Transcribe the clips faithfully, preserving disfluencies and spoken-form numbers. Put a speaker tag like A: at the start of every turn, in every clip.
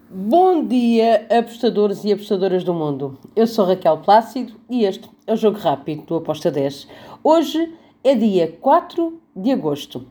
A: Bom dia, apostadores e apostadoras do mundo. Eu sou Raquel Plácido e este é o Jogo Rápido do Aposta dez. Hoje é dia quatro de agosto.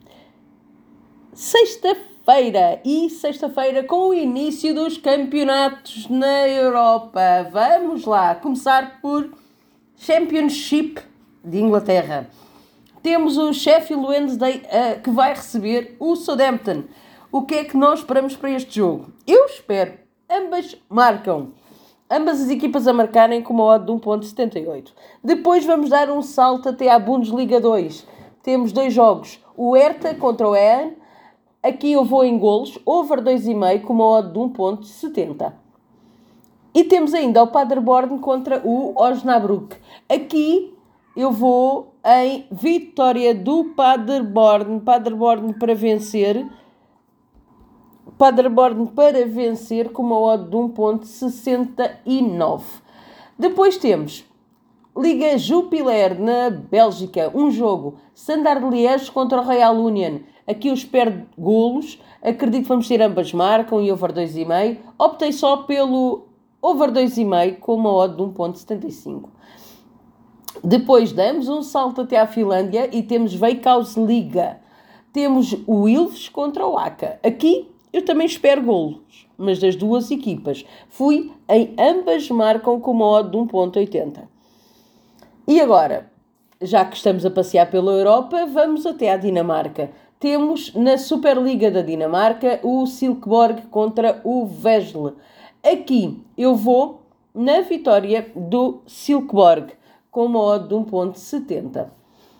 A: Sexta-feira e sexta-feira com o início dos campeonatos na Europa. Vamos lá, começar por Championship de Inglaterra. Temos o Sheffield Wednesday uh, que vai receber o Southampton. O que é que nós esperamos para este jogo? Eu espero. Ambas marcam. Ambas as equipas a marcarem com uma odd de um vírgula setenta e oito. Depois vamos dar um salto até à Bundesliga dois. Temos dois jogos. O Hertha contra o Ean. Aqui eu vou em golos. Over dois vírgula cinco com uma odd de um vírgula setenta. E temos ainda o Paderborn contra o Osnabrück. Aqui eu vou em vitória do Paderborn. Paderborn para vencer. Paderborn para vencer com uma odd de um vírgula sessenta e nove. Depois temos Liga Jupiler na Bélgica. Um jogo. Standard Liège contra o Royal Union. Aqui eu espero golos. Acredito que vamos ter ambas marcam e over dois vírgula cinco. Optei só pelo over dois vírgula cinco com uma odd de um vírgula setenta e cinco. Depois damos um salto até à Finlândia e temos Veikkaus Liga. Temos o Ilves contra o Aka. Aqui eu também espero golos, mas das duas equipas. Fui em ambas marcam com uma odd de um vírgula oitenta. E agora, já que estamos a passear pela Europa, vamos até à Dinamarca. Temos na Superliga da Dinamarca o Silkeborg contra o Vesle. Aqui eu vou na vitória do Silkeborg com uma odd de um vírgula setenta.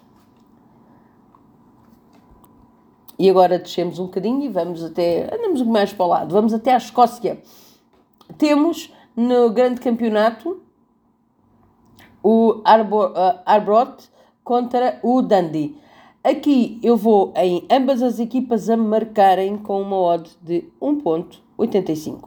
A: E agora descemos um bocadinho e vamos até... Andamos mais para o lado. Vamos até à Escócia. Temos no grande campeonato o Arbor, uh, Arbroath contra o Dundee. Aqui eu vou em ambas as equipas a marcarem com uma odd de um vírgula oitenta e cinco.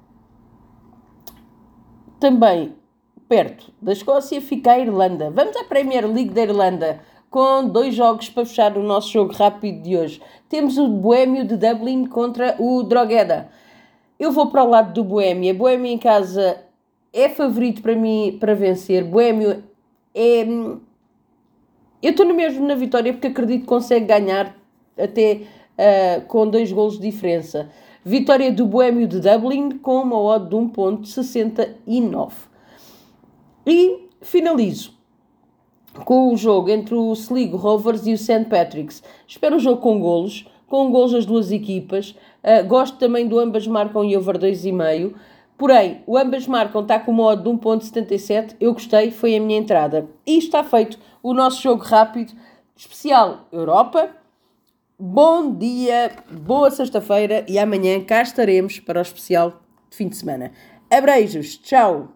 A: Também perto da Escócia fica a Irlanda. Vamos à Premier League da Irlanda, com dois jogos para fechar o nosso jogo rápido de hoje. Temos o Boémio de Dublin contra o Drogheda. Eu vou para o lado do Boémio. Boémio em casa é favorito para mim para vencer. Boémio é... Eu estou mesmo na vitória porque acredito que consegue ganhar até uh, com dois golos de diferença. Vitória do Boémio de Dublin com uma odd de um vírgula sessenta e nove. E finalizo com o jogo entre o Sligo Rovers e o Saint Patrick's. Espero um jogo com golos, com golos das duas equipas. Uh, gosto também do ambas marcam e over dois vírgula cinco. Porém, o ambas marcam está com uma odd de um vírgula setenta e sete. Eu gostei, foi a minha entrada. E está feito o nosso jogo rápido, especial Europa. Bom dia, boa sexta-feira e amanhã cá estaremos para o especial de fim de semana. Abreijos, tchau!